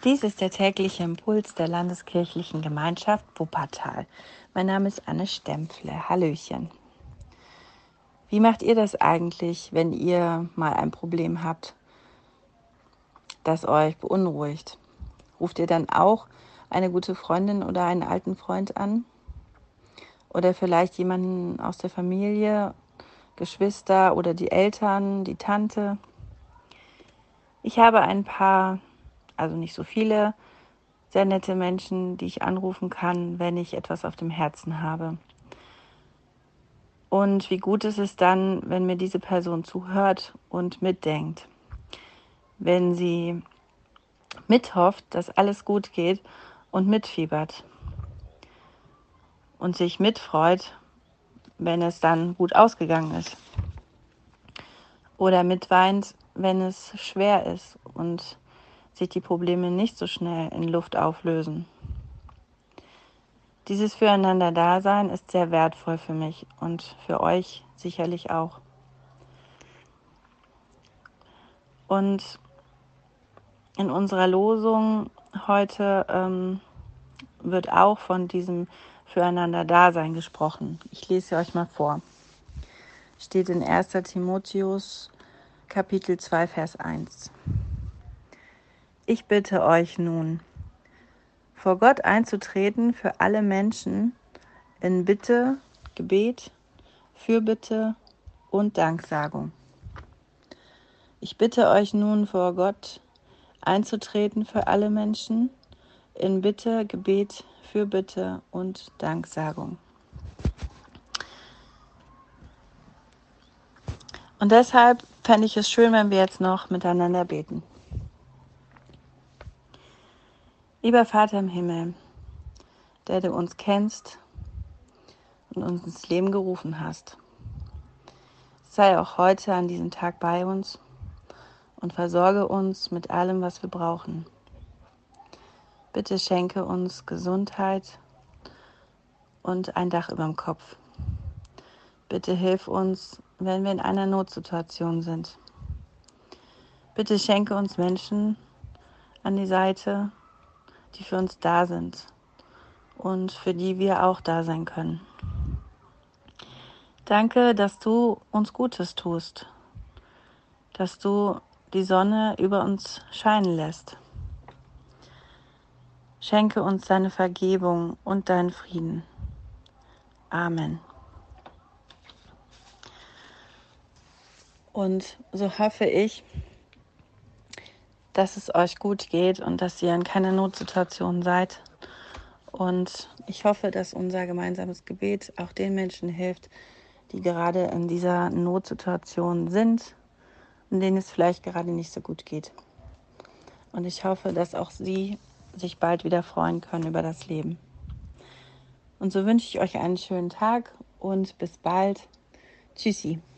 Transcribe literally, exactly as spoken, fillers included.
Dies ist der tägliche Impuls der Landeskirchlichen Gemeinschaft Wuppertal. Mein Name ist Anne Stempfle. Hallöchen. Wie macht ihr das eigentlich, wenn ihr mal ein Problem habt, das euch beunruhigt? Ruft ihr dann auch eine gute Freundin oder einen alten Freund an? Oder vielleicht jemanden aus der Familie, Geschwister oder die Eltern, die Tante? Ich habe ein paar, also nicht so viele, sehr nette Menschen, die ich anrufen kann, wenn ich etwas auf dem Herzen habe. Und wie gut ist es dann, wenn mir diese Person zuhört und mitdenkt, wenn sie mithofft, dass alles gut geht und mitfiebert und sich mitfreut, wenn es dann gut ausgegangen ist. Oder mitweint, wenn es schwer ist und sich die Probleme nicht so schnell in Luft auflösen. Dieses Füreinander-Dasein ist sehr wertvoll für mich und für euch sicherlich auch. Und in unserer Losung heute ähm, wird auch von diesem Füreinander-Dasein gesprochen. Ich lese euch mal vor. Steht in erster Timotheus Kapitel zwei, Vers eins. Ich bitte euch nun, vor Gott einzutreten für alle Menschen in Bitte, Gebet, Fürbitte und Danksagung. Ich bitte euch nun vor Gott einzutreten für alle Menschen in Bitte, Gebet, Fürbitte und Danksagung. Und deshalb fände ich es schön, wenn wir jetzt noch miteinander beten. Lieber Vater im Himmel, der du uns kennst und uns ins Leben gerufen hast, sei auch heute an diesem Tag bei uns und versorge uns mit allem, was wir brauchen. Bitte schenke uns Gesundheit und ein Dach über dem Kopf. Bitte hilf uns, wenn wir in einer Notsituation sind. Bitte schenke uns Menschen an die Seite, die für uns da sind und für die wir auch da sein können. Danke, dass du uns Gutes tust, dass du die Sonne über uns scheinen lässt. Schenke uns deine Vergebung und deinen Frieden. Amen. Und so hoffe ich, dass es euch gut geht und dass ihr in keiner Notsituation seid. Und ich hoffe, dass unser gemeinsames Gebet auch den Menschen hilft, die gerade in dieser Notsituation sind und denen es vielleicht gerade nicht so gut geht. Und ich hoffe, dass auch sie sich bald wieder freuen können über das Leben. Und so wünsche ich euch einen schönen Tag und bis bald. Tschüssi.